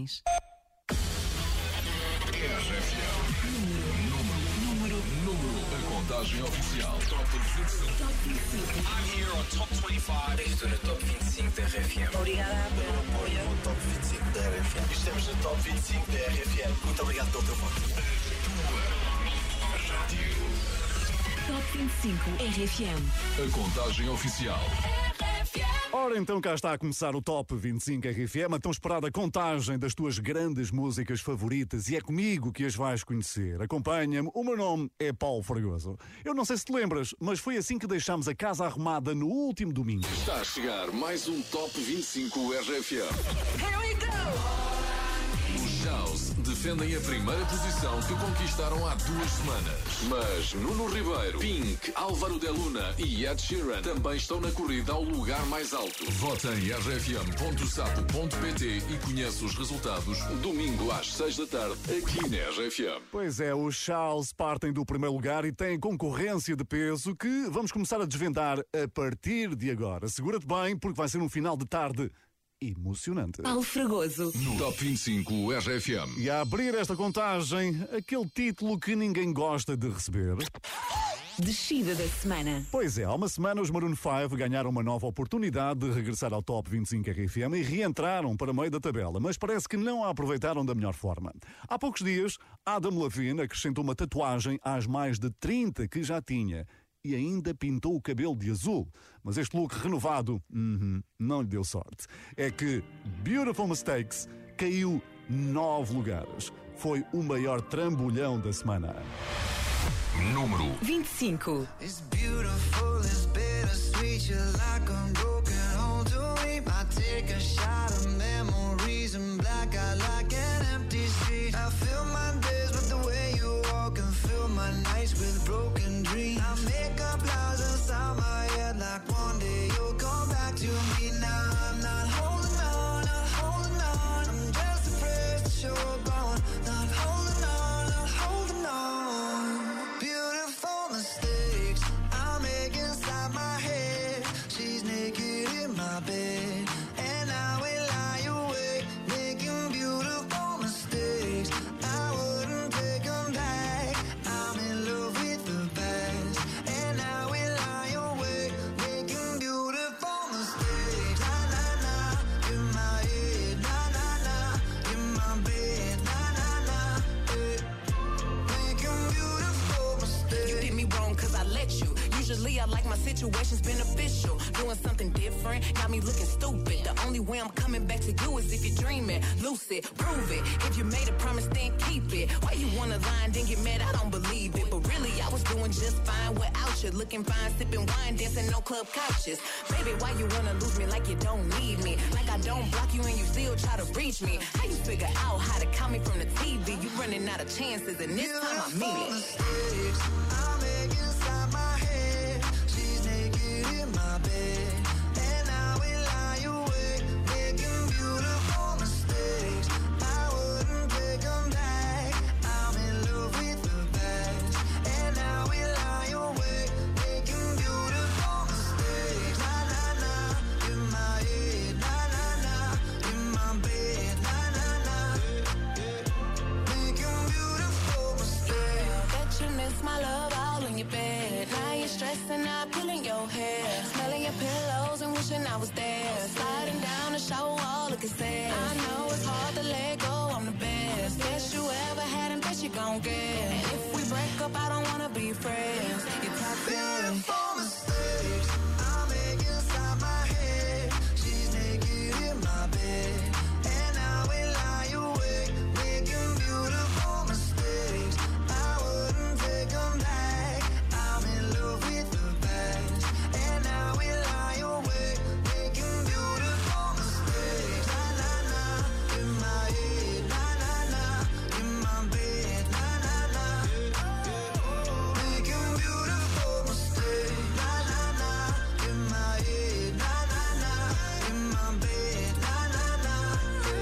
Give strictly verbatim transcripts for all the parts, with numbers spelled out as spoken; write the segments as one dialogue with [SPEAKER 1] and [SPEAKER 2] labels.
[SPEAKER 1] informações.
[SPEAKER 2] Número, número, a contagem oficial. Top vinte e cinco.
[SPEAKER 1] Top vinte e cinco.
[SPEAKER 2] I'm here on Top vinte e cinco.
[SPEAKER 3] Estou no Top vinte e cinco da R F M.
[SPEAKER 1] Obrigada pelo apoio.
[SPEAKER 3] No Top vinte e cinco da R F M. Estamos no Top vinte e cinco da R F M. Muito obrigado pelo teu voto.
[SPEAKER 1] Top vinte e cinco R F M.
[SPEAKER 2] A contagem oficial.
[SPEAKER 4] Ora, então cá está a começar o Top vinte e cinco R F M, a tão esperada contagem das tuas grandes músicas favoritas, e é comigo que as vais conhecer. Acompanha-me, o meu nome é Paulo Fragoso. Eu não sei se te lembras, mas foi assim que deixámos a casa arrumada no último domingo.
[SPEAKER 2] Está a chegar mais um Top vinte e cinco R F M.
[SPEAKER 1] Here we go!
[SPEAKER 2] Os House defendem a primeira posição que conquistaram há duas semanas. Mas Nuno Ribeiro, Pink, Álvaro de Luna e Ed Sheeran também estão na corrida ao lugar mais alto. Vota em r f m ponto sapo ponto p t e conhece os resultados domingo às seis da tarde aqui na R F M.
[SPEAKER 4] Pois é, os Charles partem do primeiro lugar e têm concorrência de peso que vamos começar a desvendar a partir de agora. Segura-te bem, porque vai ser um final de tarde emocionante.
[SPEAKER 1] Paulo Fragoso.
[SPEAKER 2] No Top vinte e cinco R F M.
[SPEAKER 4] E a abrir esta contagem, aquele título que ninguém gosta de receber.
[SPEAKER 1] Descida da semana.
[SPEAKER 4] Pois é, há uma semana os Maroon cinco ganharam uma nova oportunidade de regressar ao Top vinte e cinco R F M e reentraram para meio da tabela, mas parece que não a aproveitaram da melhor forma. Há poucos dias, Adam Levine acrescentou uma tatuagem às mais de trinta que já tinha e ainda pintou o cabelo de azul. Mas este look renovado uhum, não lhe deu sorte. É que Beautiful Mistakes caiu nove lugares. Foi o maior trambolhão da semana.
[SPEAKER 2] Número
[SPEAKER 1] vinte e cinco.
[SPEAKER 5] It's beautiful, it's bittersweet. You're like a broken home to me. I take a shot of memories and black out like an empty street. I fill my days with the way you walk and fill my nights with broken dreams. I make up lies inside my head like one day you'll come back to me. Now I'm not holding on, not holding on. I'm just afraid that you're gone. Not holding on, not holding on. Beautiful mistakes I make inside my head. She's naked in my bed, and I will lie awake, making beautiful mistakes. I wouldn't take them back. I'm in love with the past, and I will lie awake, making beautiful mistakes. Na na na, in my head. Na na na, in my bed. Na na na, eh. Making beautiful mistakes.
[SPEAKER 6] You did me wrong cause I let you. Usually I like my situations beneficial. Doing something different, got me looking stupid. The only way I'm coming back to you is if you're dreaming. Lucid, prove it. If you made a promise, then keep it. Why you wanna lie and then get mad? I don't believe it. But really, I was doing just fine without you. Looking fine, sipping wine, dancing on club couches. Baby, why you wanna lose me like you don't need me? Like I don't block you and you still try to reach me. How you figure out how to call me from the T V? You running out of chances and this time I mean it.
[SPEAKER 5] Mistakes I make inside my head. She's naked in my bed, and I will lie awake, making beautiful mistakes. I wouldn't take them back. I'm in love with the past, and I will lie awake, making beautiful mistakes. Na na na, in my head. Na na na, in my bed. Na na na, making beautiful mistakes.
[SPEAKER 6] Bet you miss my love all in your bed. Now you're stressing out, pulling your hair, smelling your pillows and wishing I was there. Sliding down the shower wall, looking sad. I know it's hard to let go, I'm the best. Best you ever had and best you gon' get. And if we break up, I don't wanna be friends. You're toxic.
[SPEAKER 5] Beautiful mistakes I make inside my head. She's naked in my bed, and I will lie awake, making beautiful mistakes. I wouldn't take them back. I'm in love with the past, and I will lie awake, making beautiful mistakes. Na na na, in my head. Na na na, in my bed. Na na na, making beautiful mistakes. Na na na, in my head. Na na na, in my bed. Na na na,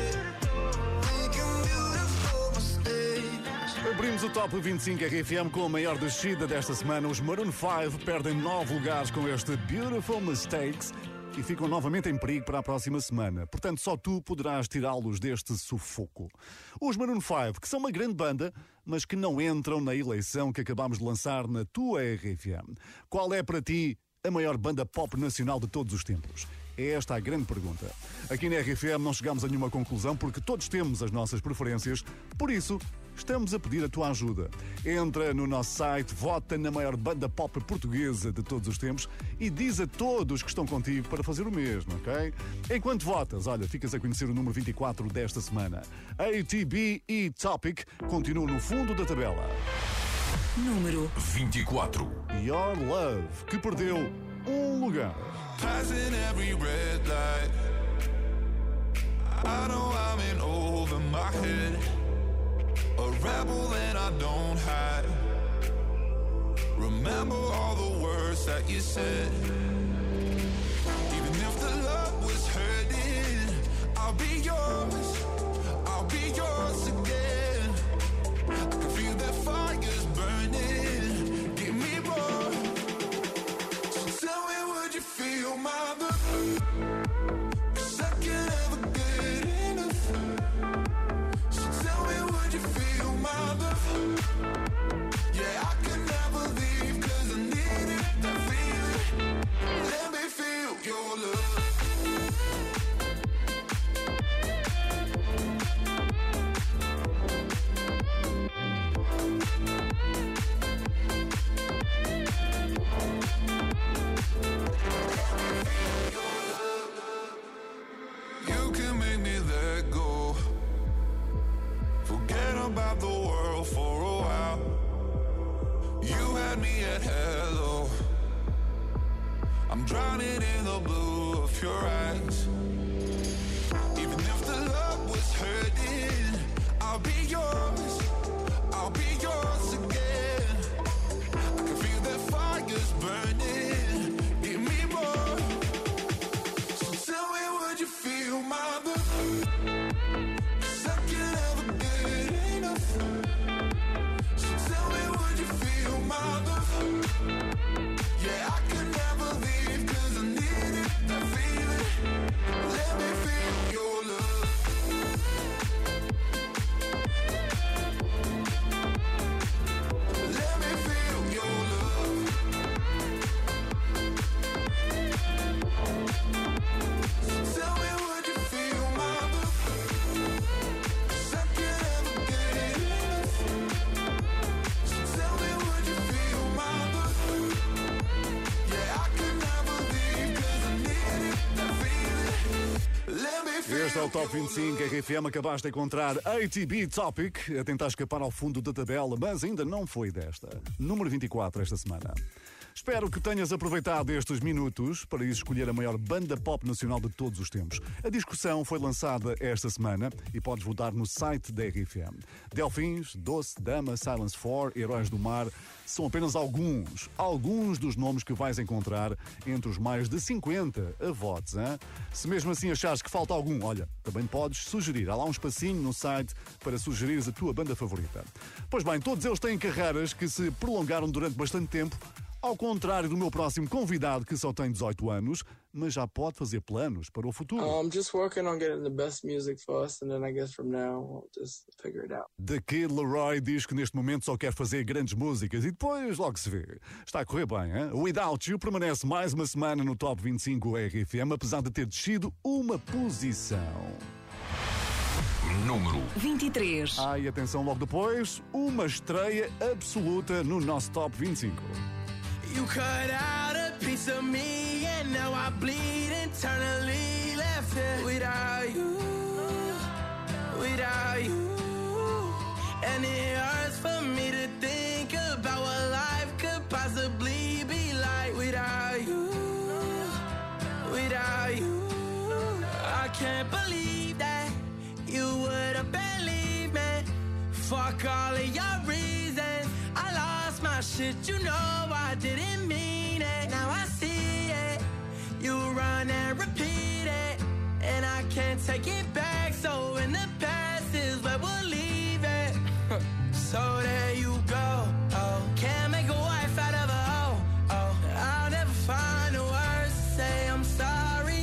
[SPEAKER 5] making beautiful mistakes.
[SPEAKER 4] Abrimos o Top vinte e cinco R F M com a maior descida desta semana. Os Maroon cinco perdem nove lugares com este Beautiful Mistakes. e ficam novamente em perigo para a próxima semana. Portanto, só tu poderás tirá-los deste sufoco. Os Maroon cinco, que são uma grande banda, mas que não entram na eleição que acabámos de lançar na tua R F M. Qual é para ti a maior banda pop nacional de todos os tempos? É esta a grande pergunta. Aqui na R F M não chegamos a nenhuma conclusão porque todos temos as nossas preferências, por isso estamos a pedir a tua ajuda. Entra no nosso site, vota na maior banda pop portuguesa de todos os tempos e diz a todos que estão contigo para fazer o mesmo, ok? Enquanto votas, olha, ficas a conhecer o número vinte e quatro desta semana. A T B e Topic continuam no fundo da tabela.
[SPEAKER 1] Número
[SPEAKER 2] vinte e quatro.
[SPEAKER 4] Your Love, que perdeu um lugar.
[SPEAKER 7] Passing every red light, I know I'm in over my head, a rebel and I don't hide. Remember all the words that you said. Even if the love was hurting, I'll be yours, I'll be yours again. I can feel the fire's burning, give me more. So tell me, would you feel my love? 'Cause I can't ever get enough. So tell me, would you feel my love? Yeah, I can never leave 'cause I need it, that feeling. Let me feel your love. You can make me let go, forget about the world for a while. You had me at hello, I'm drowning in the blue of your eyes. Even if the love was hurting, I'll be yours, I'll be yours again. I can feel that fire's burning, give me more. So tell me, would you feel my love? 'Cause I can't ever get enough. So tell me, would you feel my love? Yeah, I can never leave 'cause I need it, that feeling. Let me feel your love. Let me feel your love. So tell me, would you feel my love? 'Cause I can't ever get enough. So tell me, would you feel my love? Yeah, I can never leave 'cause I need it, that feeling. Let me feel.
[SPEAKER 4] Este é o Top vinte e cinco R F M. Acabaste de encontrar A T B Topic a tentar escapar ao fundo da tabela, mas ainda não foi desta. Número vinte e quatro esta semana. Espero que tenhas aproveitado estes minutos para ir escolher a maior banda pop nacional de todos os tempos. A discussão foi lançada esta semana e podes votar no site da R F M. Delfins, Doce, Dama, Silence quatro, Heróis do Mar são apenas alguns, alguns dos nomes que vais encontrar entre os mais de cinquenta a votos. Hein? Se mesmo assim achares que falta algum, olha, também podes sugerir. Há lá um espacinho no site para sugerires a tua banda favorita. Pois bem, todos eles têm carreiras que se prolongaram durante bastante tempo, ao contrário do meu próximo convidado, que só tem dezoito anos, mas já pode fazer planos para o futuro.
[SPEAKER 8] I'm just working on getting the best music first, and then I guess from now we'll just figure it out.
[SPEAKER 4] The Kid Laroi diz que neste momento só quer fazer grandes músicas e depois logo se vê. Está a correr bem, hein? Without You permanece mais uma semana no Top vinte e cinco R F M, apesar de ter descido uma posição.
[SPEAKER 2] Número
[SPEAKER 1] vinte e três.
[SPEAKER 4] Ah, e atenção, logo depois, uma estreia absoluta no nosso Top vinte e cinco.
[SPEAKER 9] You cut out a piece of me and now I bleed internally, left it without you, without you. And it hurts for me to think about what life could possibly be like without you, without you. I can't believe that you would have believed me. Fuck all of your reasons, I lost my shit, you know I didn't mean it. Now I see it, you run and repeat it, and I can't take it back. So in the past is where we'll leave it. So there you go, oh, can't make a wife out of a hoe, oh, I'll never find the words to say I'm sorry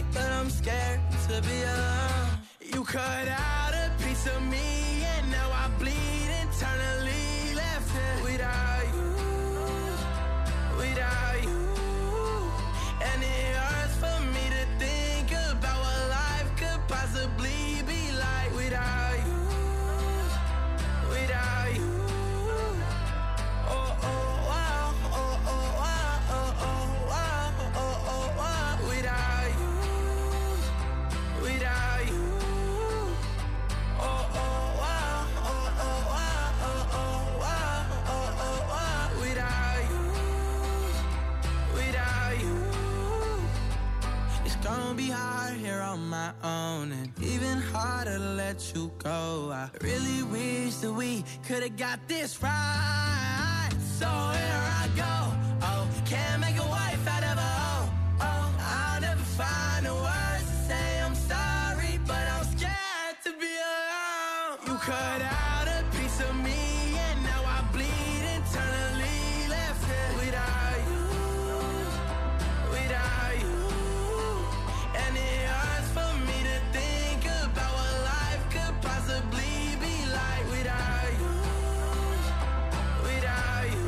[SPEAKER 9] let you go. I really wish that we could have got this right. So here I go. Oh, can't make a wife out of a hoe. Oh, I'll never find the words to say I'm sorry, but I'm scared to be alone. You cut out a piece of me, and now I bleed internally. Left here without you, without you. And it hurts for me to think about what life could possibly be like without you, without you.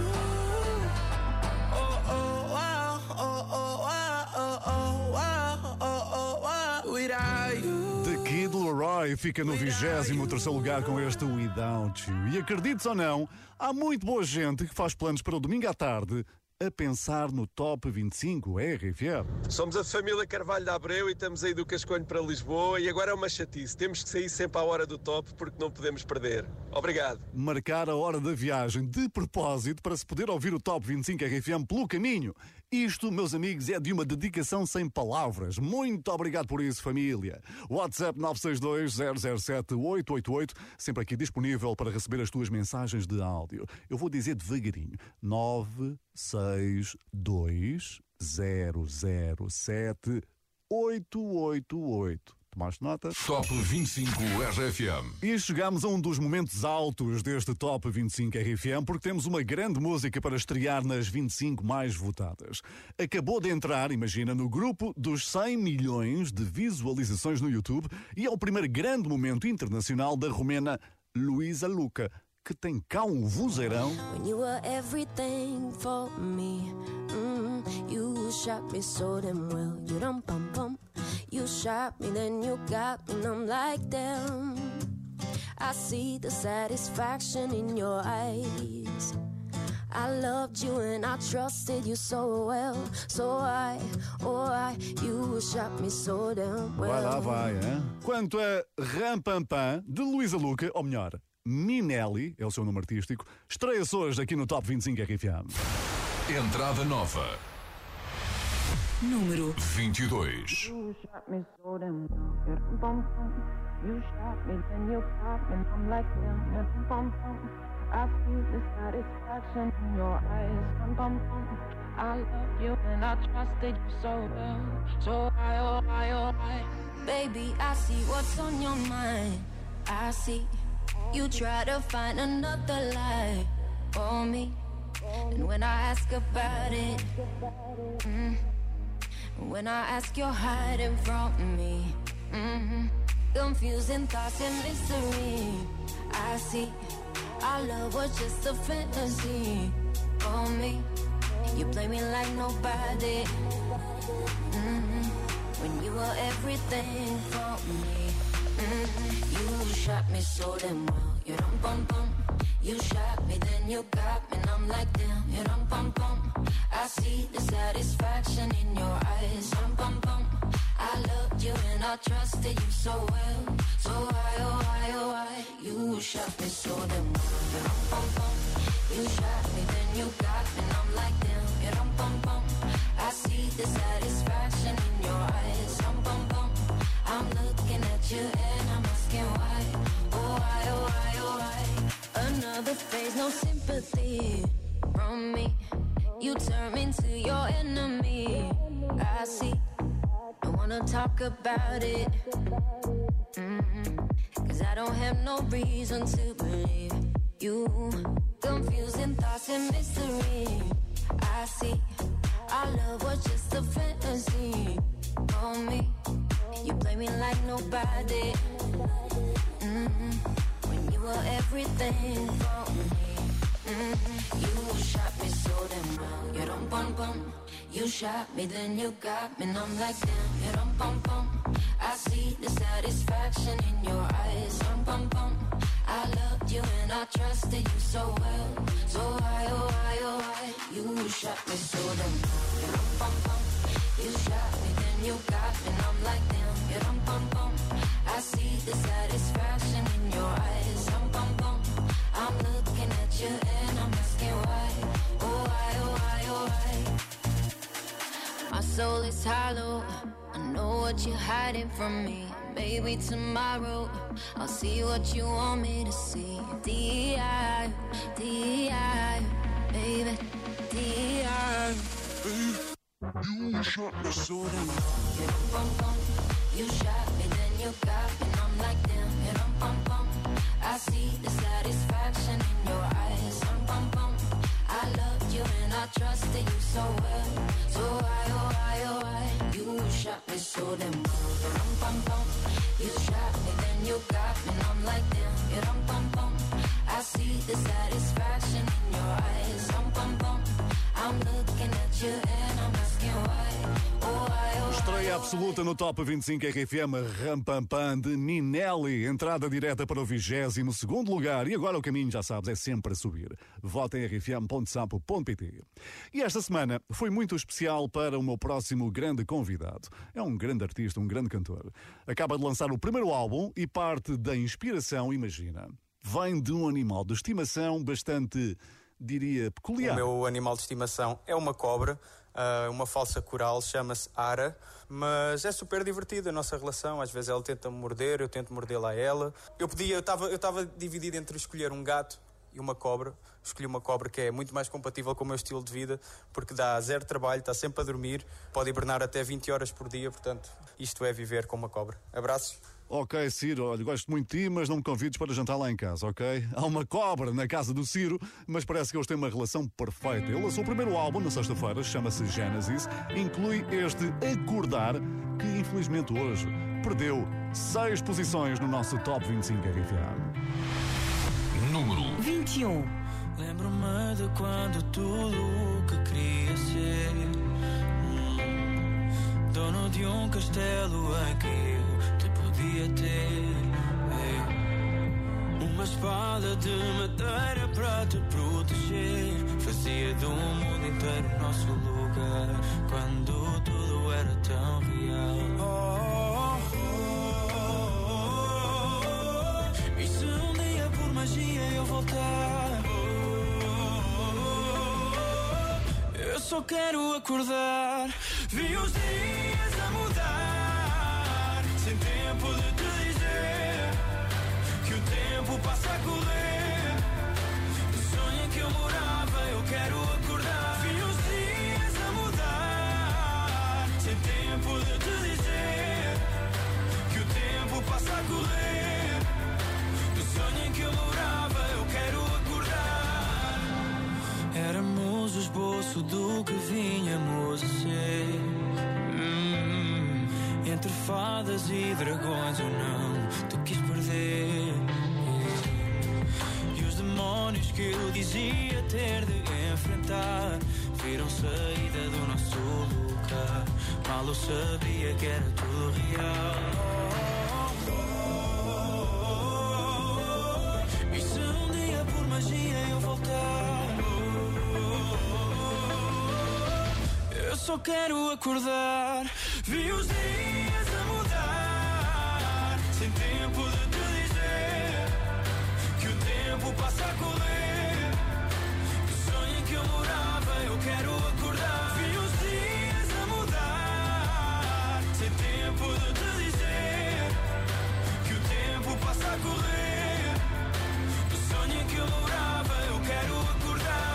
[SPEAKER 9] Oh, oh, wow, oh, oh, wow, oh, oh, wow, oh, oh, wow, without you.
[SPEAKER 4] The Kid Laroi fica no vigésimo terceiro lugar com este Without You. E acredites ou não, há muito boa gente que faz planos para o domingo à tarde a pensar no Top vinte e cinco R F M.
[SPEAKER 10] Somos a família Carvalho da Abreu e estamos aí do Cascoelho para Lisboa e agora é uma chatice. Temos que sair sempre à hora do top porque não podemos perder. Obrigado.
[SPEAKER 4] Marcar a hora da viagem de propósito para se poder ouvir o Top vinte e cinco R F M pelo caminho. Isto, meus amigos, é de uma dedicação sem palavras. Muito obrigado por isso, família. WhatsApp nove seis dois, zero zero sete, oito oito oito, sempre aqui disponível para receber as tuas mensagens de áudio. Eu vou dizer devagarinho. nove seis dois, zero zero sete, oito oito oito. Tomaste nota?
[SPEAKER 2] Top vinte e cinco R F M.
[SPEAKER 4] E chegamos a um dos momentos altos deste Top vinte e cinco R F M porque temos uma grande música para estrear nas vinte e cinco mais votadas. Acabou de entrar, imagina, no grupo dos cem milhões de visualizações no YouTube e é o primeiro grande momento internacional da romena Luisa Luca, que tem cá um vozeirão.
[SPEAKER 11] When you were everything for me, mm, you shot me so damn well. You dum bum bum. You shot me, then you got me, and I'm like damn. I see the satisfaction in your eyes. I loved you and I trusted you so well. So I, oh I, you shot me so damn well.
[SPEAKER 4] Vai lá, vai, hein? Quanto a Ram Pam Pam, de Luisa Luca, ou melhor, Minelli, é o seu nome artístico, estreia-se hoje aqui no Top vinte e cinco R F M.
[SPEAKER 2] Entrada nova.
[SPEAKER 1] Número
[SPEAKER 2] vinte e dois.
[SPEAKER 12] You shot me so damn well. Bum, bum. You shot me, then you got me, and I'm like damn. Bum, bum. I feel the satisfaction in your eyes. Bum, bum, bum. I love you and I trusted you so well. So I, oh I, oh I.
[SPEAKER 11] Baby, I see what's on your mind. I see you try to find another lie for me. And when I ask about it, mm, when I ask you're hiding from me, mm, confusing thoughts and mystery. I see our love was just a fantasy for me. You play me like nobody, mm, when you were everything for me. Mm-hmm. You shot me so damn well. You dum bum bum. You shot me, then you got me, and I'm like damn. You dum bum bum. I see the satisfaction in your eyes. Dum bum bum. I loved you and I trusted you so well. So I, oh I, oh I. You shot me so damn well. You dum bum bum. You shot me, then you got me, and I'm like damn. You dum bum bum. I see the satisfaction in your eyes. Dum bum bum. I'm looking at you and I'm asking why. Oh why, oh why, oh why. Another phase, no sympathy from me. You turn me into your enemy. I see, I wanna talk about it, mm-hmm. Cause I don't have no reason to believe you. Confusing thoughts and mystery. I see, our love was just a fantasy for me. You play me like nobody, mm-hmm. when you were everything for me. Mm-hmm. You shot me so damn well. You dum bum bum. You shot me, then you got me, and I'm like damn. You dum bum bum. I see the satisfaction in your eyes. Dum bum bum. I loved you and I trusted you so well. So I, oh I, oh I. You shot me so damn well. You dum bum bum. You shot me, then you got me, and I'm like damn. You dum bum bum. I see the satisfaction in your eyes. Dum bum bum. I'm looking at you and I'm asking why. Oh why, oh why, oh why. My soul is hollow. I know what you're hiding from me. maybe tomorrow I'll see what you want me to see. D E I, D E I, baby, D E I.
[SPEAKER 7] You shot me so damn.
[SPEAKER 11] Bum, bum. You shot me, then you got me, and I'm like damn. Bum, bum, bum. I see the satisfaction in your eyes. Bum, bum, bum. I loved you and I trusted you so well. So why, oh why, oh why? You shot me so damn good. Bum, bum, bum. You shot me, then you got me, and I'm like damn. Bum, bum, bum. I see the satisfaction in your eyes. Bum, bum, bum. I'm looking at you and I'm asking why. Oh why, oh why.
[SPEAKER 4] Estreia absoluta no Top vinte e cinco R F M, Ram Pam Pam de Ninelli, entrada direta para o vigésimo segundo lugar, e agora o caminho, já sabes, é sempre a subir. Vota em r f m ponto sapo ponto p t. E esta semana foi muito especial para o meu próximo grande convidado. É um grande artista, um grande cantor. Acaba de lançar o primeiro álbum e parte da inspiração, imagina, vem de um animal de estimação bastante, diria, peculiar.
[SPEAKER 13] O meu animal de estimação é uma cobra, uh, uma falsa coral, chama-se Ara, mas é super divertida a nossa relação. Às vezes ela tenta-me morder, eu tento mordê-la a ela. Eu podia, eu estava eu estava dividido entre escolher um gato e uma cobra. Escolhi uma cobra que é muito mais compatível com o meu estilo de vida, porque dá zero trabalho, está sempre a dormir, pode hibernar até vinte horas por dia, portanto, isto é viver com uma cobra. Abraços.
[SPEAKER 4] Ok, Ciro, olha, gosto muito de ti, mas não me convides para jantar lá em casa, ok? Há uma cobra na casa do Ciro, mas parece que eles têm uma relação perfeita. Ele lançou o primeiro álbum na sexta-feira, chama-se Genesis, inclui este Acordar, que infelizmente hoje perdeu seis posições no nosso Top vinte e cinco R F M.
[SPEAKER 2] Número
[SPEAKER 9] vinte e um. Lembro-me de quando tudo o que queria ser, hum, dono de um castelo em que eu te podia ter, é, uma espada de madeira para te proteger. Fazia do mundo inteiro o nosso lugar, quando tudo era tão real. Oh, oh, oh, oh. E se um dia por magia eu voltar, eu só quero acordar. Vi os dias a mudar, sem tempo de te dizer que o tempo passa a correr. O sonho em que eu morava, eu quero acordar. Vi os dias a mudar, sem tempo de te dizer que o tempo passa a correr. O sonho em que eu morava, eu quero acordar. Éramos o esboço do que vinhamos a ser, hum, entre fadas e dragões eu não te quis perder. E os demónios que eu dizia ter de enfrentar viram saída do nosso lugar. Mal eu sabia que era tudo real. E se um dia por magia eu voltar, eu só quero acordar. Vi os dias a mudar, sem tempo de te dizer que o tempo passa a correr. O sonho em que eu morava, eu quero acordar. Vi os dias a mudar, sem tempo de te dizer que o tempo passa a correr. O sonho em que eu morava, eu quero acordar.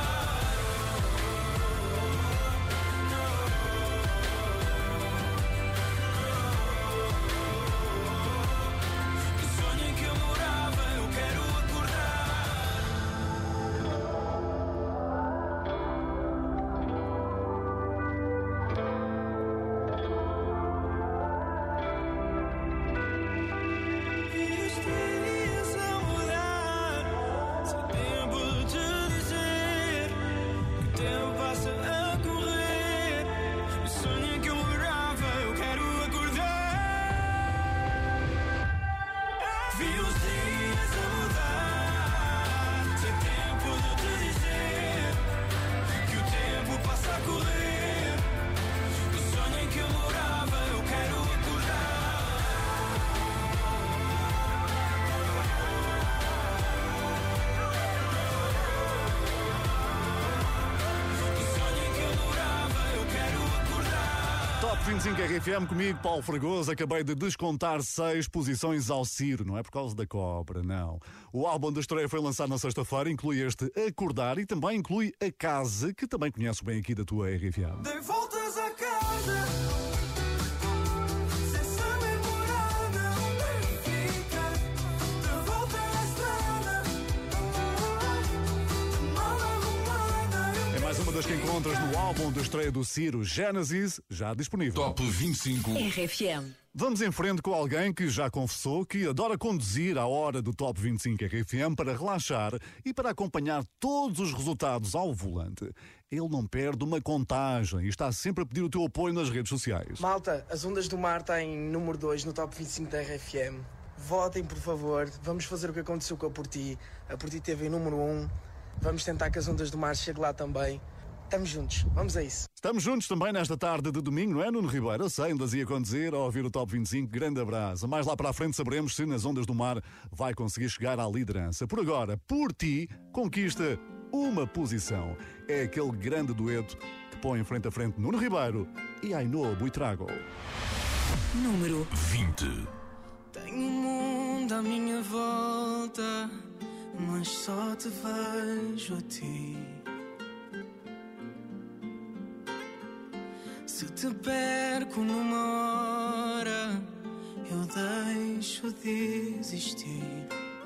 [SPEAKER 4] vinte e cinco R F M comigo, Paulo Fragoso. Acabei de descontar seis posições ao Ciro. Não é por causa da cobra, não. O álbum da estreia foi lançado na sexta-feira. Inclui este Acordar e também inclui A Casa, que também conheço bem aqui da tua R F M.
[SPEAKER 9] De voltas a casa.
[SPEAKER 4] Mais uma das que encontras no álbum de estreia do Ciro, Genesis, já disponível.
[SPEAKER 2] Top vinte e cinco
[SPEAKER 1] R F M.
[SPEAKER 4] Vamos em frente com alguém que já confessou que adora conduzir à hora do Top vinte e cinco R F M para relaxar e para acompanhar todos os resultados ao volante. Ele não perde uma contagem e está sempre a pedir o teu apoio nas redes sociais.
[SPEAKER 8] Malta, as Ondas do Mar está em número dois no Top vinte e cinco da R F M. Votem, por favor. Vamos fazer o que aconteceu com a Porti. A Porti teve em número um. Vamos tentar que as Ondas do Mar cheguem lá também. Estamos juntos, vamos a isso.
[SPEAKER 4] Estamos juntos também nesta tarde de domingo, não é, Nuno Ribeiro? Eu sei, andas aí a conduzir, a ouvir o Top vinte e cinco, grande abraço. Mais lá para a frente saberemos se nas Ondas do Mar vai conseguir chegar à liderança. Por agora, Por Ti, conquista uma posição. É aquele grande dueto que põe em frente a frente Nuno Ribeiro e Ainhoa Buitrago.
[SPEAKER 1] Número
[SPEAKER 2] vinte.
[SPEAKER 9] Tenho um mundo à minha volta, mas só te vejo a ti. Se te perco numa hora, eu deixo de existir.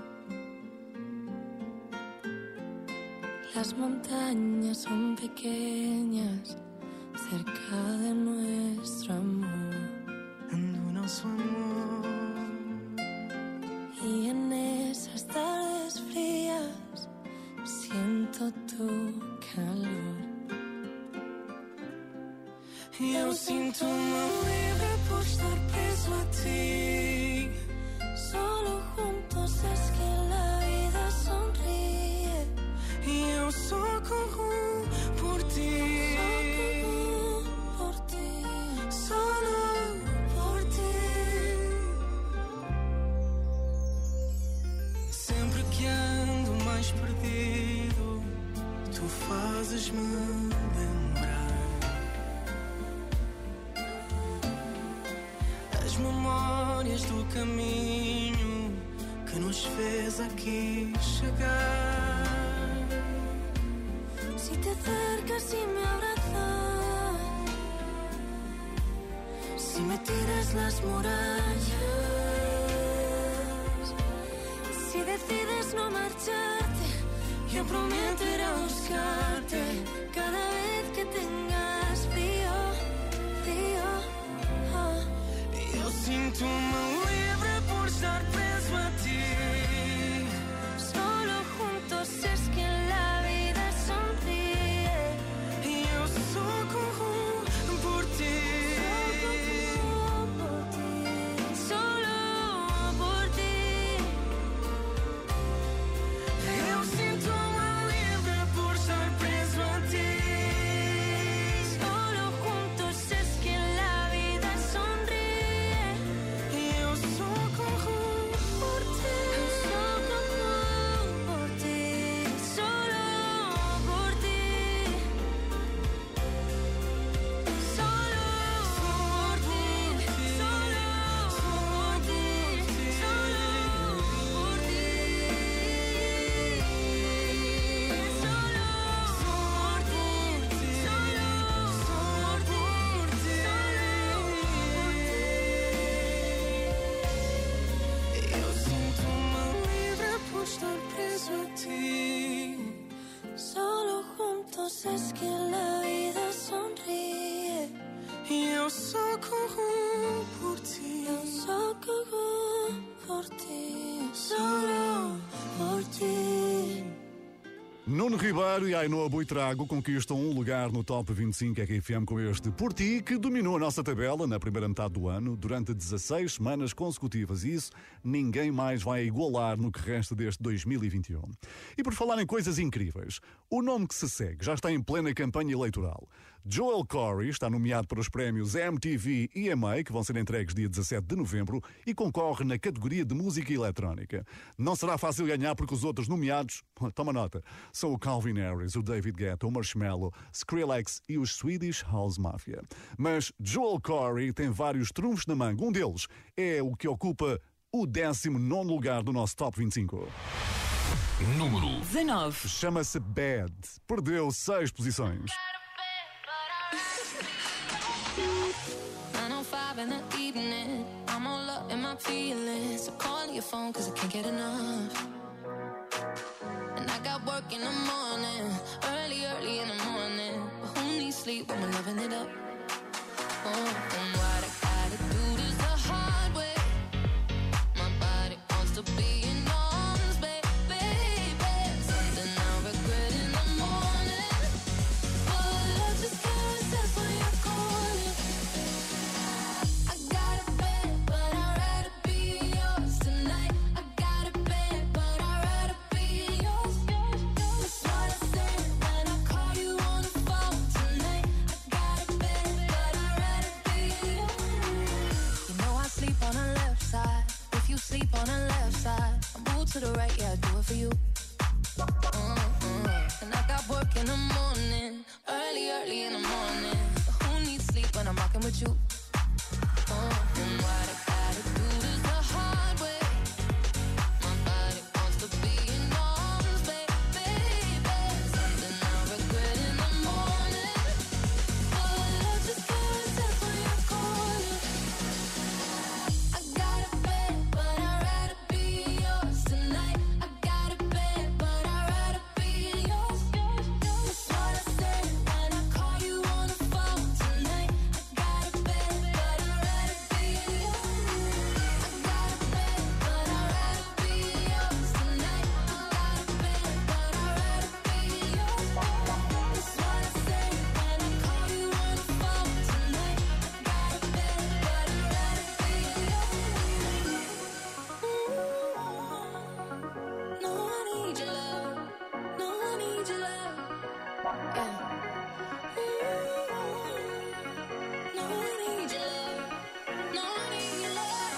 [SPEAKER 11] Las montañas son pequeñas cerca de nuestro amor.
[SPEAKER 9] Do nosso amor.
[SPEAKER 11] Y en esas tardes frías siento tu calor.
[SPEAKER 9] Eu sinto-me livre por estar preso a ti.
[SPEAKER 11] Solo juntos es que la vida sonríe.
[SPEAKER 9] E eu só corro por ti.
[SPEAKER 11] Só corro por ti.
[SPEAKER 9] Solo por ti. Sempre que ando mais perdido, tu fazes-me lembrar as memórias do caminho que nos fez aqui chegar.
[SPEAKER 11] Si te acercas y me abrazas, si me tiras las murallas, si decides no marcharte,
[SPEAKER 9] yo prometeré buscarte
[SPEAKER 11] cada vez que tengas frío, frío. Oh.
[SPEAKER 9] Eu sinto-me livre por estar preso a ti.
[SPEAKER 11] Solo juntos es que la vida sonríe.
[SPEAKER 9] E eu só corro por ti.
[SPEAKER 11] Solo por ti.
[SPEAKER 9] Eu sinto-me livre por estar preso a ti.
[SPEAKER 11] Solo juntos es que la vida sonríe.
[SPEAKER 9] E eu só corro por ti.
[SPEAKER 11] Só corro por ti. Solo por ti. Solo por ti. Solo por ti. Solo por
[SPEAKER 9] Eu sinto-me livre por estar preso a ti.
[SPEAKER 11] Solo juntos es que la vida sonríe.
[SPEAKER 9] E eu só corro por ti.
[SPEAKER 11] Eu só corro por ti. Solo por ti.
[SPEAKER 4] Nuno Ribeiro e Ainhoa Buitrago conquistam um lugar no Top vinte e cinco R F M com este Por Ti, que dominou a nossa tabela na primeira metade do ano durante dezasseis semanas consecutivas. E isso ninguém mais vai igualar no que resta deste dois mil e vinte e um. E por falar em coisas incríveis, o nome que se segue já está em plena campanha eleitoral. Joel Corey está nomeado para os prémios M T V E M A, que vão ser entregues dia dezassete de novembro, e concorre na categoria de música eletrónica. Não será fácil ganhar porque os outros nomeados, toma nota, são o Calvin Harris, o David Guetta, o Marshmello, Skrillex e os Swedish House Mafia. Mas Joel Corry tem vários trunfos na manga. Um deles é o que ocupa o décimo nono lugar do nosso Top vinte e cinco.
[SPEAKER 2] Número
[SPEAKER 1] dezanove.
[SPEAKER 4] Chama-se Bad. Perdeu seis posições.
[SPEAKER 11] nine oh five in the evening, I'm all up in my feelings. So call your phone cause I can't get enough. And I got work in the morning, early, early in the morning. But who needs sleep when we're loving it up? Oh, and what I gotta do this the hard way. My body wants to be in arms, baby, baby. Something I regret in the morning. But love just can't resist when you're calling. I got a bed, but I'd rather be yours tonight. I got a bed, but I'd rather be yours. That's what I said when I call you on the phone tonight. I got a bed, but I'd rather be yours. You know I sleep on the left side. If you sleep on the left side, I move to the right, yeah, I do it for you. Mm-hmm. And I got work in the morning, early, early in the morning. But who needs sleep when I'm rocking with you? Oh, and what I gotta do is the hard way. My body wants to be in arms, baby, baby. Something I regret in the morning. But love just can't resist when you're calling. I got a bed, but I'd rather be yours tonight. I got a bed, but I'd rather be yours. That's what I said when I call you on the phone tonight. I got a bed, but I'd rather be yours. I got a bed, but I'd rather be yours tonight. I got a bed, but I'd rather be yours. That's what I said when I call you on the phone tonight. I got a bed, but I'd rather be yours. No, I need your love. No, I need your love. Yeah. No, I need your love. No, I need your love.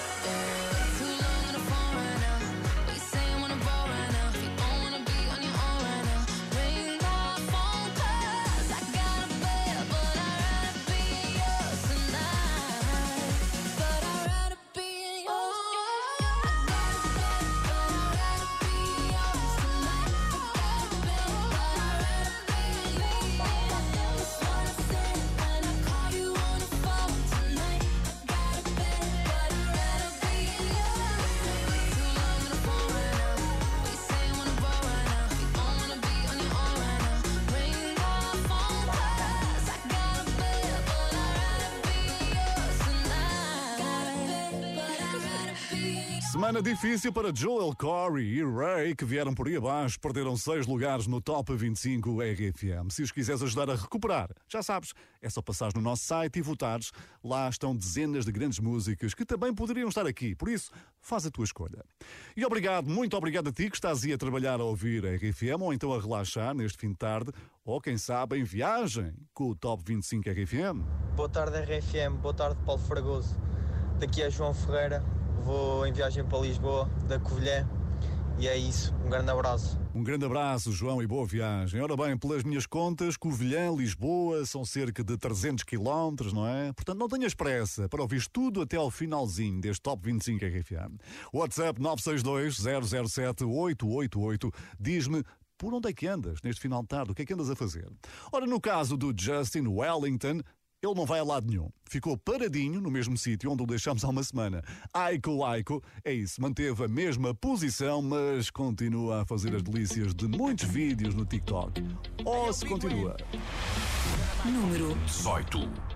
[SPEAKER 11] Yeah. Too long on the phone right now. What you saying when I'm bored right now? If you don't wanna be on your own right now, ring my phone 'cause I got a bed, but I'd rather be yours tonight. But I'd rather be yours. I got a bed, but I'd rather be yours tonight. I got a bed, but I'd rather be yours. That's what I said when I call you on the phone tonight. I got a bed, but I'd rather be yours. Too long on the phone right now. What you saying when I'm bored right now? If you don't wanna be on your own right now, ring my phone 'cause I got a bed, but I'd rather be yours tonight. Got a bed, but I'd rather be yours.
[SPEAKER 4] Semana difícil para Joel Corry e Ray, que vieram por aí abaixo, perderam seis lugares no Top vinte e cinco R F M. Se os quiseres ajudar a recuperar, já sabes, é só passares no nosso site e votares. Lá estão dezenas de grandes músicas que também poderiam estar aqui, por isso, faz a tua escolha. E obrigado, muito obrigado a ti que estás aí a trabalhar a ouvir a R F M ou então a relaxar neste fim de tarde, ou quem sabe em viagem com o Top vinte e cinco R F M.
[SPEAKER 14] Boa tarde R F M, boa tarde Paulo Fragoso. Daqui é João Ferreira, vou em viagem para Lisboa, da Covilhã, e é isso, um grande abraço.
[SPEAKER 4] Um grande abraço, João, e boa viagem. Ora bem, pelas minhas contas, Covilhã, Lisboa, são cerca de trezentos quilómetros, não é? Portanto, não tenhas pressa para ouvir tudo até ao finalzinho deste Top vinte e cinco R F M. WhatsApp nove seis dois, zero zero sete, oito oito oito. Diz-me por onde é que andas neste final de tarde, o que é que andas a fazer? Ora, no caso do Justin Wellington, ele não vai a lado nenhum. Ficou paradinho no mesmo sítio onde o deixámos há uma semana. Aiko Aiko, é isso, manteve a mesma posição, mas continua a fazer as delícias de muitos vídeos no TikTok. Ou se continua.
[SPEAKER 1] Número
[SPEAKER 2] dezoito.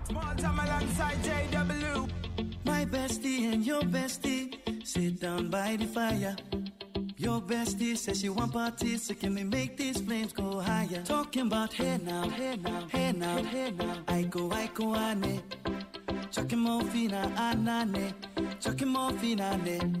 [SPEAKER 15] My bestie and your bestie sit down by the fire. Your bestie says she want parties, so can we make these flames go higher? Talking about hey now, hey now, hey now, hey now. I go, I go, ane. Chucking more fina, anane. Chucking more fina, ane.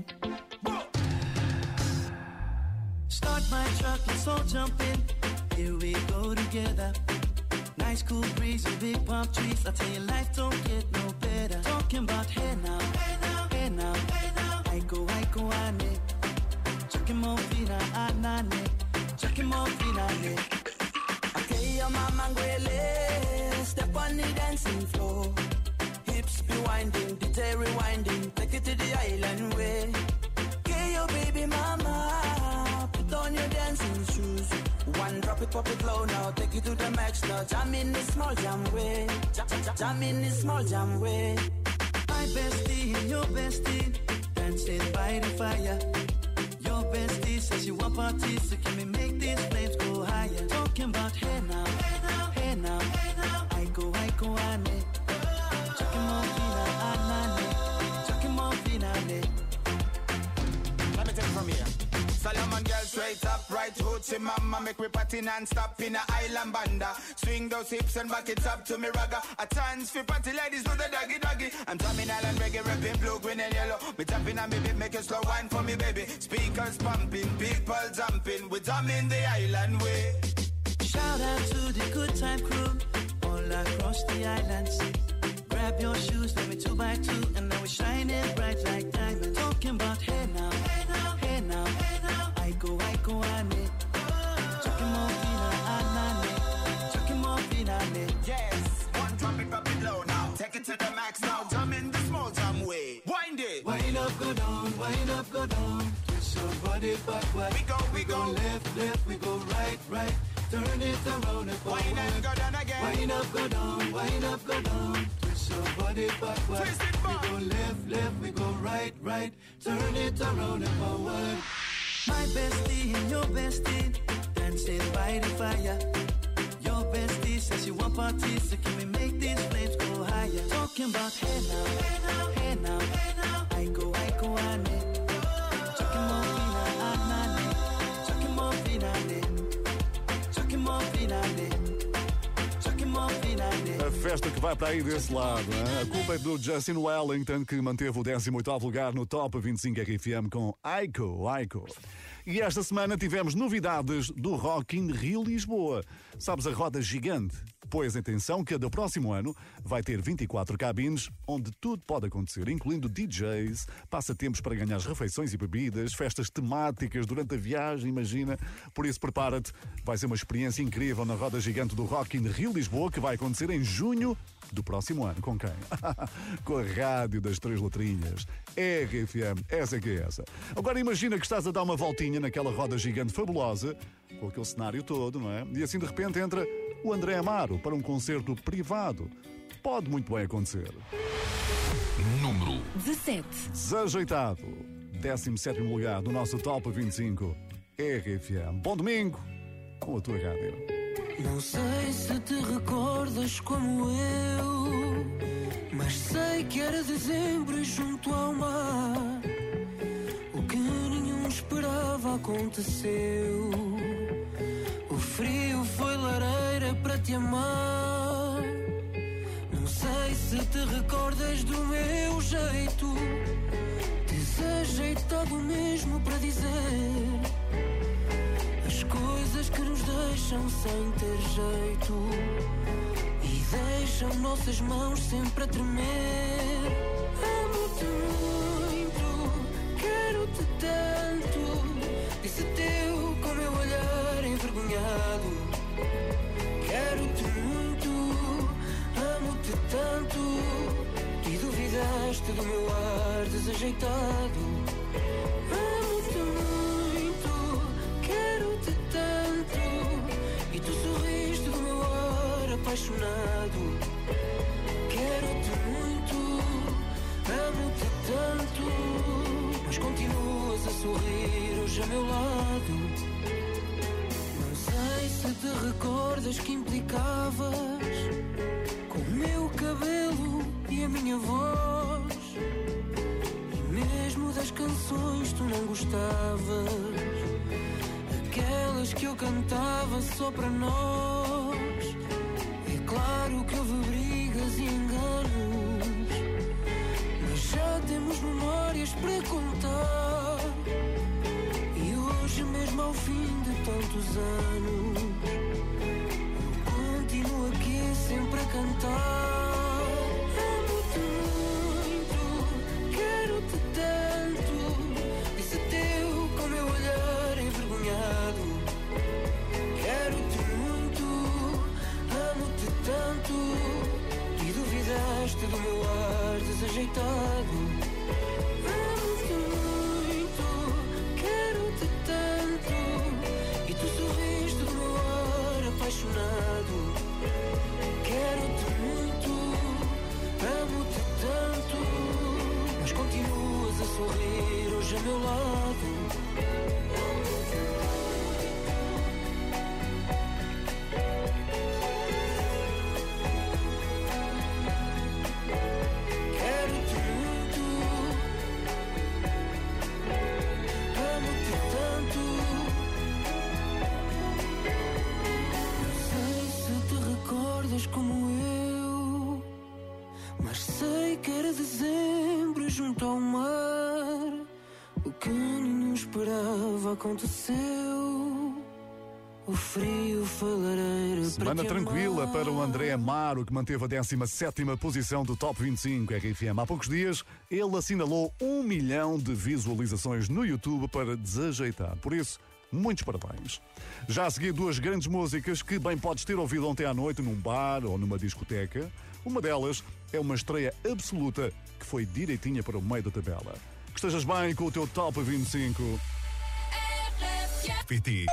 [SPEAKER 15] Start my truck, let's all jump in. Here we go together. Nice cool breeze and big palm trees. I tell you, life don't get no better. Talking about hey now, hey now, hey now, hey now. I go, I go, ane. Chucking more fina, anane. Chuck him off finale. Okay, your mama ngwele. Step on the dancing floor. Hips be winding, D J rewinding. Take it to the island way. Okay, your baby mama. Put on your dancing shoes. One drop it, pop it low now. Take you to the max now. Jam in this small jam way. Jam, jam, jam in this small jam way. My bestie and your bestie dancing by the fire. Your bestie says you want parties, so can we make these flames go higher? Talking about hey now, hey now, hey now, hey now. I go, I go, I need. Chucking more fina, I need. Chucking more fina,
[SPEAKER 16] let me take it from here. Solomon girl straight up, right hoochie mama. Make we party non-stop in a island banda. Swing those hips and back it up to me ragga. A chance for party ladies do the doggy doggy. I'm drumming island reggae, rapping blue, green and yellow. Me tapping on me beat, make a slow wine for me baby. Speakers pumping, people jumping. We drumming the island way.
[SPEAKER 15] Shout out to the good time crew all across the island sea. Grab your shoes, let me two by two, and now we're shining bright like diamonds. Talking about hey now, hey now, hey now, hey now. I go, I go, I need. Chucking more fina, I need. Chucking more fina, I need.
[SPEAKER 16] Yes, one drop it, drop it low now. Take it to the max now. Jump in the small jam way. Wind it.
[SPEAKER 15] Wind up, go down, wind up, go down. Twist your body backward.
[SPEAKER 16] We go, we,
[SPEAKER 15] we
[SPEAKER 16] go.
[SPEAKER 15] go left, left, we go right, right. Turn it around and forward.
[SPEAKER 16] Wind up, go down again.
[SPEAKER 15] Wind up, go down, wind up, go down. Twist your body backward.
[SPEAKER 16] Twist it back.
[SPEAKER 15] We go left, left, we go right, right. Turn it around and forward. My bestie and your bestie dancing by the fire. Your bestie says you want parties, so can we make these flames go higher? Talking about hey now, hey now, hey now, hey now. I go, I go, I need. Chucking more fina, I need. Chucking more fina, I need. Chucking more fina, I need. Chucking more fina, I need.
[SPEAKER 4] A festa que vai para aí desse lado, hein? A culpa é do Justin Wellington, que manteve o décimo oitavo lugar no Top vinte e cinco R F M com Aiko, Aiko. E esta semana tivemos novidades do Rock in Rio Lisboa. Sabes a roda gigante? Pois atenção que a do próximo ano vai ter vinte e quatro cabines onde tudo pode acontecer, incluindo D Js, passatempos para ganhar refeições e bebidas, festas temáticas durante a viagem, imagina. Por isso prepara-te, vai ser uma experiência incrível na roda gigante do Rock in Rio Lisboa, que vai acontecer em junho do próximo ano. Com quem? Com a rádio das três letrinhas. R F M, essa que é essa. Agora imagina que estás a dar uma voltinha naquela roda gigante fabulosa, com aquele cenário todo, não é? E assim de repente entra o André Amaro para um concerto privado. Pode muito bem acontecer.
[SPEAKER 2] Número
[SPEAKER 1] dezassete.
[SPEAKER 4] Desajeitado. décimo sétimo lugar do nosso Top vinte e cinco R F M. Bom domingo com a tua rádio.
[SPEAKER 9] Não sei se te recordas como eu, mas sei que era dezembro e junto ao mar o que nenhum esperava aconteceu. O frio foi lareira para te amar. Não sei se te recordas do meu jeito, desajeitado mesmo para dizer as coisas que nos deixam sem ter jeito e deixam nossas mãos sempre a tremer. Amo-te muito, quero-te tanto, disse teu com meu olhar envergonhado. Quero-te muito, amo-te tanto, e duvidaste do meu ar desajeitado. Amo-te muito, quero-te tanto, e tu sorriste do meu ar apaixonado. Quero-te muito, amo-te tanto, mas continuas a sorrir hoje a meu lado. Não sei se te recordas que implicavas com o meu cabelo e a minha voz, e mesmo das canções tu não gostavas, aquelas que eu cantava só para nós. É claro que houve brigas e enganos, mas já temos memórias para contar. E hoje mesmo ao fim de tantos anos eu continuo aqui sempre a cantar. Amo-te muito, quero-te tanto, disse teu com meu olhar envergonhado. aconteceu. O frio foi lareira.
[SPEAKER 4] Semana
[SPEAKER 9] para
[SPEAKER 4] tranquila para o André Amaro, que manteve a décima sétima posição do Top vinte e cinco R F M. Há poucos dias, ele assinalou um milhão de visualizações no YouTube para desajeitar. Por isso, muitos parabéns. Já a seguir, duas grandes músicas que bem podes ter ouvido ontem à noite num bar ou numa discoteca. Uma delas é uma estreia absoluta que foi direitinha para o meio da tabela. Que estejas bem com o teu Top vinte e cinco.
[SPEAKER 2] P T.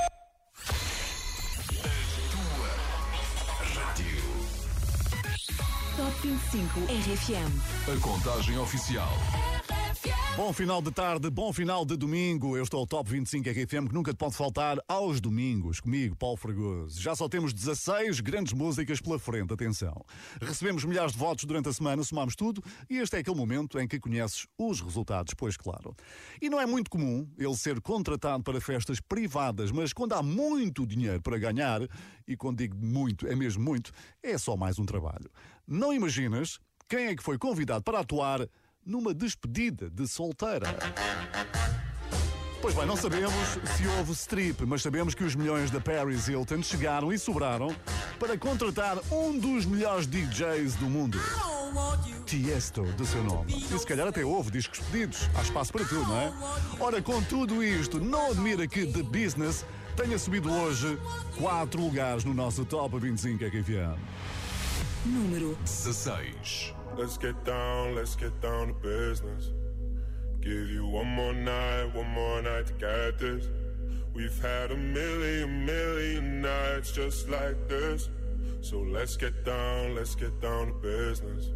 [SPEAKER 1] Top vinte e cinco R F M.
[SPEAKER 2] A contagem oficial.
[SPEAKER 4] Bom final de tarde, bom final de domingo. Eu estou ao Top vinte e cinco R F M, que nunca te pode faltar aos domingos. Comigo, Paulo Fragoso. Já só temos dezasseis grandes músicas pela frente, atenção. Recebemos milhares de votos durante a semana, somámos tudo, e este é aquele momento em que conheces os resultados, pois claro. E não é muito comum ele ser contratado para festas privadas, mas quando há muito dinheiro para ganhar, e quando digo muito, é mesmo muito, é só mais um trabalho. Não imaginas quem é que foi convidado para atuar numa despedida de solteira? Pois bem, não sabemos se houve strip, mas sabemos que os milhões da Paris Hilton chegaram e sobraram para contratar um dos melhores D Js do mundo. Tiesto, do seu nome. E se calhar até houve discos pedidos. Há espaço para tudo, não é? Ora, com tudo isto, não admira que The Business tenha subido hoje quatro lugares no nosso Top vinte e cinco R F M.
[SPEAKER 1] Número
[SPEAKER 2] dezasseis.
[SPEAKER 17] Let's get down, let's get down to business. Give you one more night, one more night to get this. We've had a million, million nights just like this. So let's get down, let's get down to business.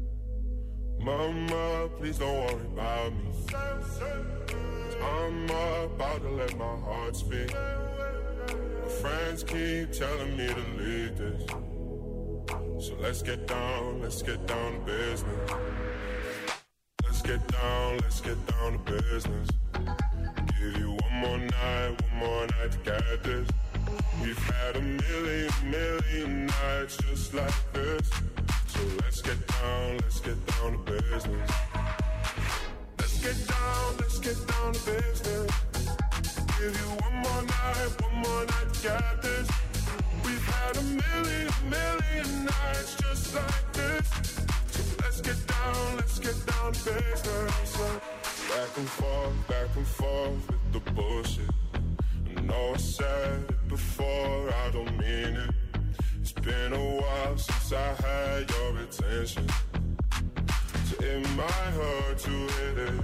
[SPEAKER 17] Mama, please don't worry about me. 'Cause I'm about to let my heart speak. My friends keep telling me to leave this. So let's get down, let's get down to business. Let's get down, let's get down to business. Give you one more night, one more night to get this. We've had a million, million nights just like this. So let's get down, let's get down to business. Let's get down, let's get down to business. Give you one more night, one more night to get this. We've had a million, million nights just like this. So let's get down, let's get down to business. Back and forth, back and forth with the bullshit. I know I said it before, I don't mean it. It's been a while since I had your attention. So it might hurt to hit it.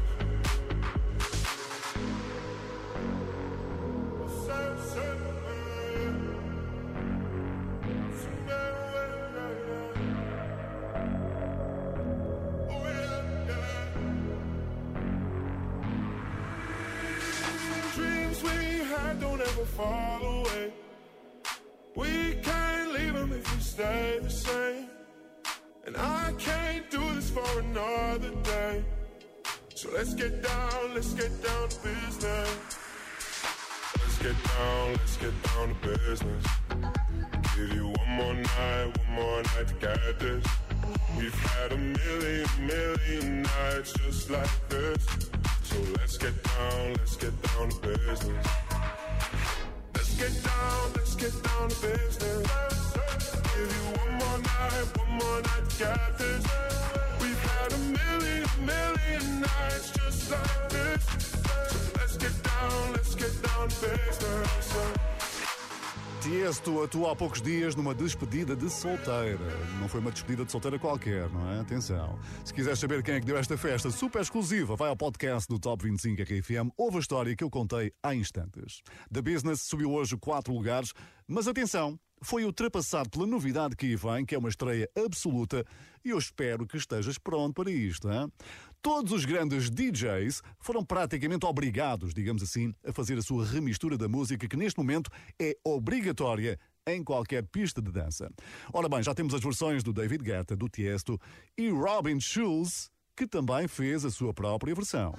[SPEAKER 17] Don't ever fall away. We can't leave them if we stay the same. And I can't do this for another day. So let's get down, let's get down to business. Let's get down, let's get down to business. Give you one more night, one more night to get this. We've had a million, million nights just like this. So let's get down, let's get down to business. Let's get down, let's get down to business. Give you one more night, one more night to get this. We've had a million, million nights just like this. So let's get down, let's get down to business.
[SPEAKER 4] Tiesto atuou há poucos dias numa despedida de solteira. Não foi uma despedida de solteira qualquer, não é? Atenção. Se quiseres saber quem é que deu esta festa super exclusiva, vai ao podcast do Top vinte e cinco R F M. Ouve a história que eu contei há instantes. The Business subiu hoje quatro lugares, mas atenção, foi ultrapassado pela novidade que aí vem, que é uma estreia absoluta, e eu espero que estejas pronto para isto, hein? Todos os grandes D Js foram praticamente obrigados, digamos assim, a fazer a sua remistura da música, que neste momento é obrigatória em qualquer pista de dança. Ora bem, já temos as versões do David Guetta, do Tiesto e Robin Schulz, que também fez a sua própria versão.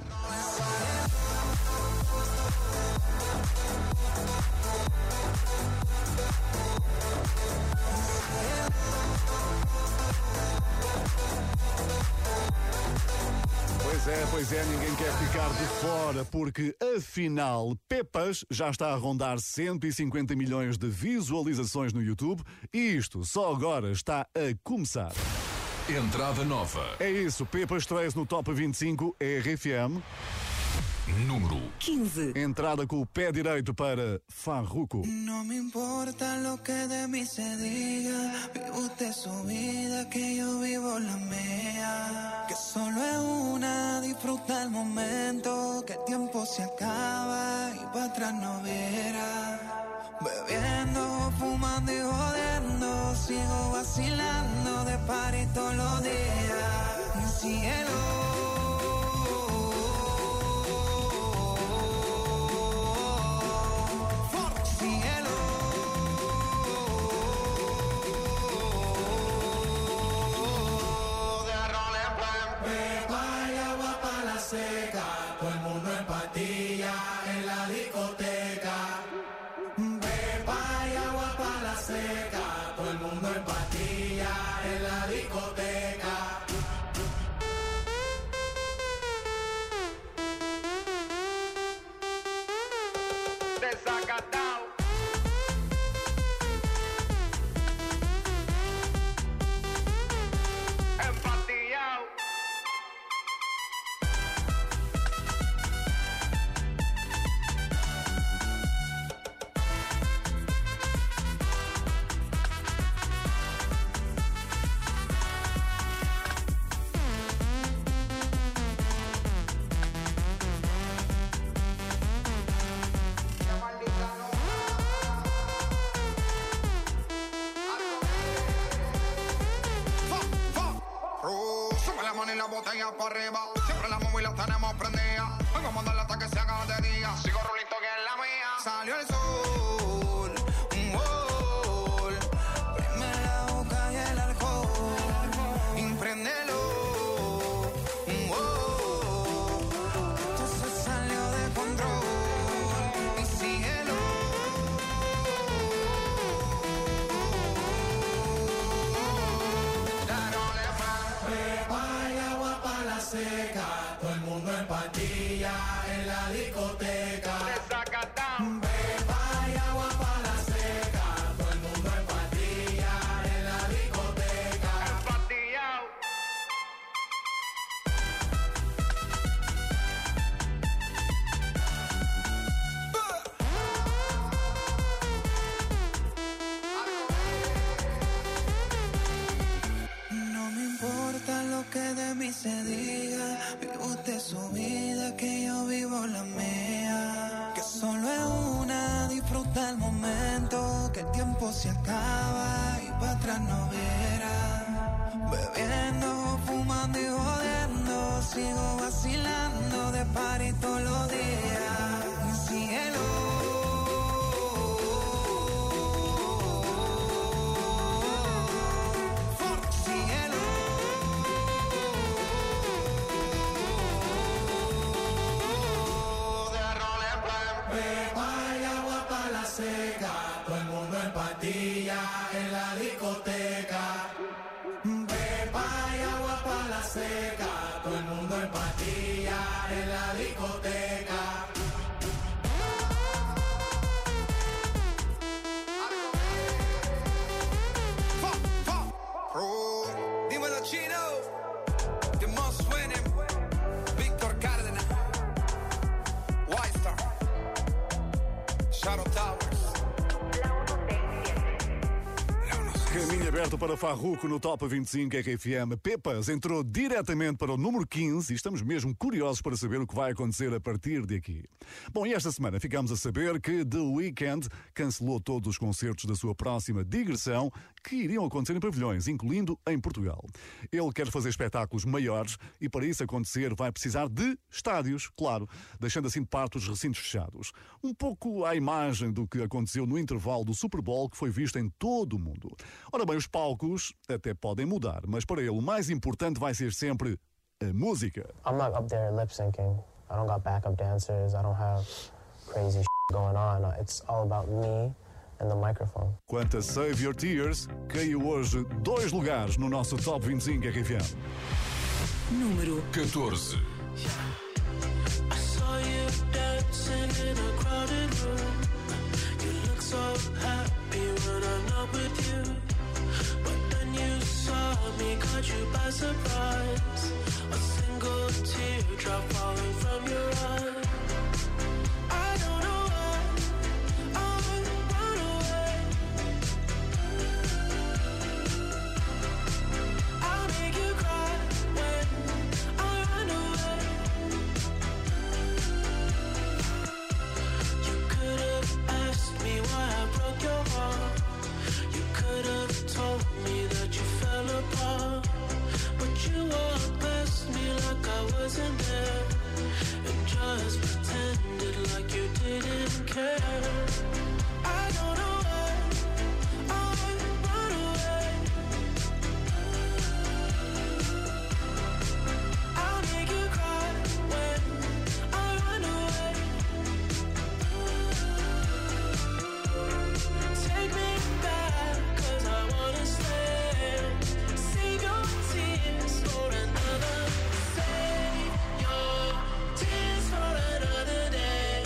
[SPEAKER 4] Pois é, pois é, ninguém quer ficar de fora, porque afinal, Pepas já está a rondar cento e cinquenta milhões de visualizações no YouTube e isto só agora está a começar.
[SPEAKER 2] Entrada nova.
[SPEAKER 4] É isso, Pepas estreia-se no Top vinte e cinco R F M.
[SPEAKER 2] Número
[SPEAKER 11] quinze.
[SPEAKER 4] Entrada com o pé direito para Farruko.
[SPEAKER 5] No me importa lo que de mí se diga, vive usted su vida, que yo vivo la mía. Que solo es una, disfruta el momento, que el tiempo se acaba y para atrás no verá. Bebiendo, fumando y jodiendo, sigo vacilando de party todos los días. Cielo.
[SPEAKER 18] Botella para arriba, siempre la móvil la tenemos prendida. Vengo a mandarla hasta que se haga de día. Sigo rulito que es la mía. Salió el sol, un gol. Prime la boca y el alcohol. Impréndelo, un gol. Entonces salió de control. Y síguelo.
[SPEAKER 9] Seca, todo el mundo en patilla en la discoteca. Beba y agua para la seca, todo el mundo en patilla en la discoteca. Empatillao.
[SPEAKER 5] No me importa lo que de mí se diga, vive usted su vida, que yo vivo la mía. Que solo es una, disfruta el momento, que el tiempo se acaba y para atrás no verá. Bebiendo, fumando y jodiendo, sigo vacilando de party todos los días. Cielo.
[SPEAKER 9] En la discoteca, beba y agua para la seca, todo el mundo en patilla en la discoteca.
[SPEAKER 18] Dímelo, Chino, the most winning, Víctor Cárdenas, White Star, Shadow Towers.
[SPEAKER 4] Caminho aberto para Farruko no Top vinte e cinco R F M. Pepas entrou diretamente para o número quinze e estamos mesmo curiosos para saber o que vai acontecer a partir de aqui. Bom, e esta semana ficamos a saber que The Weeknd cancelou todos os concertos da sua próxima digressão que iriam acontecer em pavilhões, incluindo em Portugal. Ele quer fazer espetáculos maiores e para isso acontecer vai precisar de estádios, claro, deixando assim de parte os recintos fechados. Um pouco à imagem do que aconteceu no intervalo do Super Bowl que foi visto em todo o mundo. Ora bem, os palcos até podem mudar, mas para ele o mais importante vai ser sempre a música.
[SPEAKER 19] I'm not up there lip syncing. I don't got backup dancers. I don't have crazy shit going on. It's all about me and the microphone.
[SPEAKER 4] Quanto a Save Your Tears, caiu hoje dois lugares no nosso Top vinte e cinco R F M.
[SPEAKER 11] Número
[SPEAKER 2] catorze.
[SPEAKER 9] I saw you dancing in a crowded room. You look so happy when I'm not with you. But then you saw me, caught you by surprise. A single teardrop falling from your eye. I don't know why I run away. I'll make you cry when I run away. You could have asked me why I broke your heart. You could have told me that you fell apart. But you walked past me like I wasn't there, and just pretended like you didn't care. I don't know why I run away. I'll make you cry when I run away. Take me back, 'cause I wanna stay. Save your tears for another. Save your tears for another day.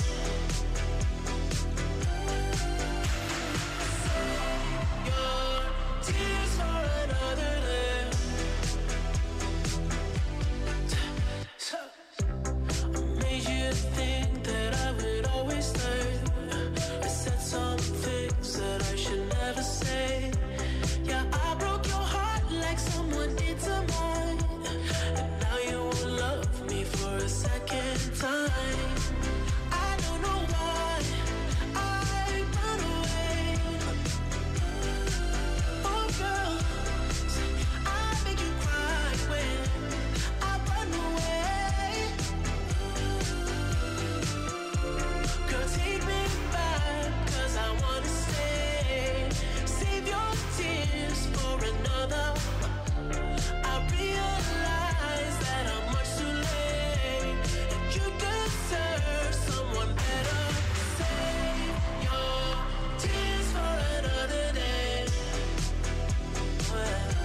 [SPEAKER 9] Save your tears for another day. So, I made you think that I would always stay. I said some things that I should never say. Yeah, I broke your heart like someone did to mine. And now you won't love me for a second time. I don't know why I run away. Oh girl, I make you cry when I run away. Girl, take me back, 'cause I wanna stay. Save your tears for another. I realize that I'm much too late, and you deserve someone better. Save your tears for another day. Well,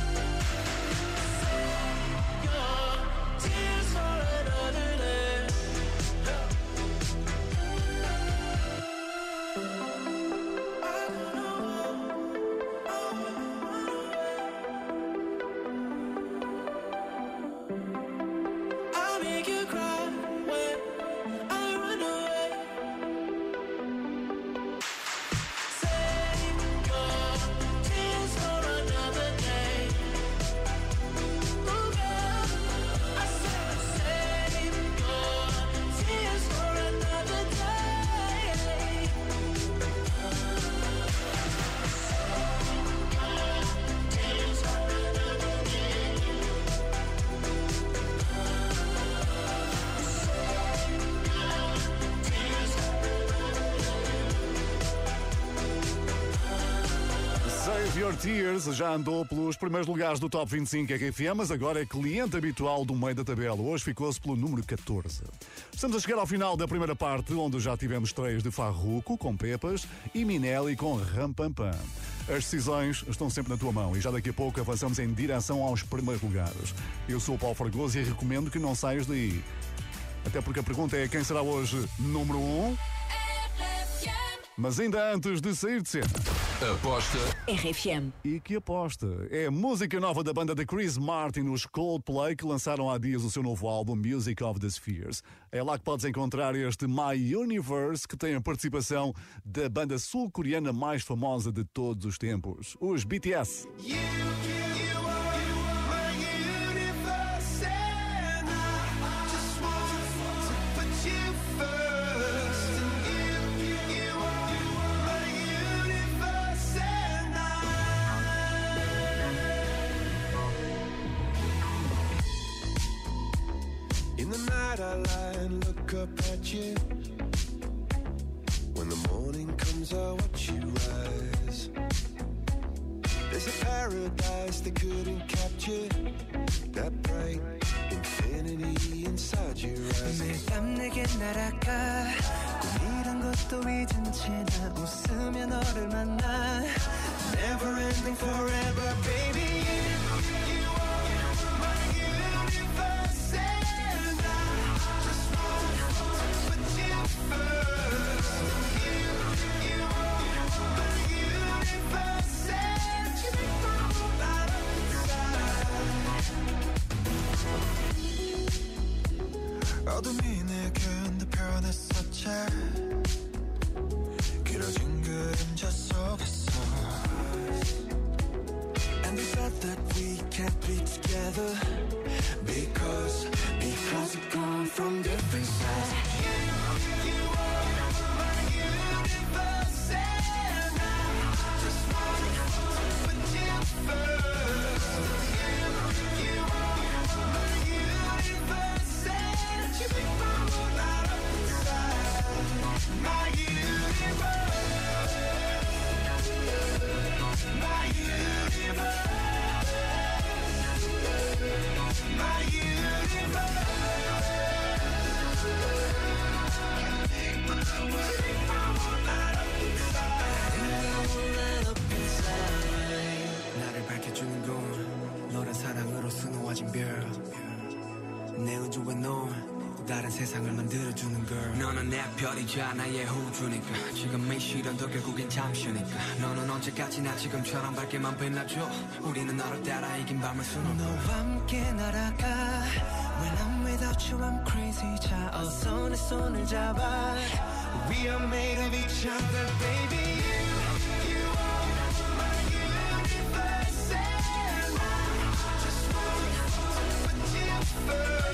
[SPEAKER 9] save your tears for another day. I'll make you cry when I run away. Save your tears for another day. Oh girl, I said save your tears for another day. Tears for another day.
[SPEAKER 4] Save Your Tears já andou pelos primeiros lugares do Top vinte e cinco R F M, mas agora é cliente habitual do meio da tabela. Hoje ficou-se pelo número catorze. Estamos a chegar ao final da primeira parte, onde já tivemos três de Farruko com Pepas e Minelli com Ram Pam Pam. As decisões estão sempre na tua mão e já daqui a pouco avançamos em direção aos primeiros lugares. Eu sou o Paulo Fragoso e recomendo que não saias daí. Até porque a pergunta é quem será hoje número um? Mas ainda antes de sair de cena.
[SPEAKER 2] Aposta
[SPEAKER 1] R F M.
[SPEAKER 4] E que aposta? É a música nova da banda de Chris Martin, os Coldplay, que lançaram há dias o seu novo álbum Music of the Spheres. É lá que podes encontrar este My Universe, que tem a participação da banda sul-coreana mais famosa de todos os tempos, os B T S.
[SPEAKER 20] In the night I lie and look up at you. When the morning comes I watch you rise. There's a paradise they couldn't capture. That bright infinity inside your eyes.
[SPEAKER 5] 매일 밤 내게 날아가 꿈이란 것도 잊은 채 나 웃으며 너를 만나. Never ending forever baby. You, you are my universe and I
[SPEAKER 20] can't be together. Because, because we come from different sides. You, you are my universe, and I just wanna put you first. You, you are my universe, and you make my world light up inside. My universe, my universe. My universe.
[SPEAKER 9] 나를 밝혀주는 건 너란 사랑으로 수놓아진 별. 내 우주에 넌 다른 세상을 만들어주는 girl. 너는 내 별이자 나의 호주니까 지금 이 시련도 결국엔 잠시니까 너는 언제까지나 지금처럼 밝게만 빛나줘. 우리는 너를 따라 이긴 밤을 수놓고 너와 함께 날아가. When I'm without you I'm crazy. 자 어서 내 손을 잡아. We are made of each other baby. You, you are my universe, and I just wanna put you first.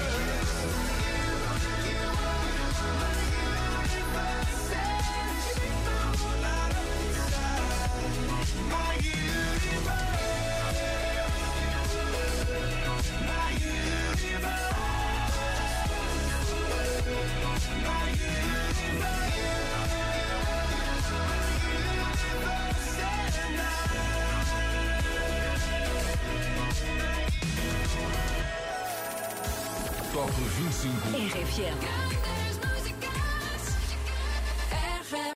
[SPEAKER 2] Top vinte e cinco
[SPEAKER 1] R F M.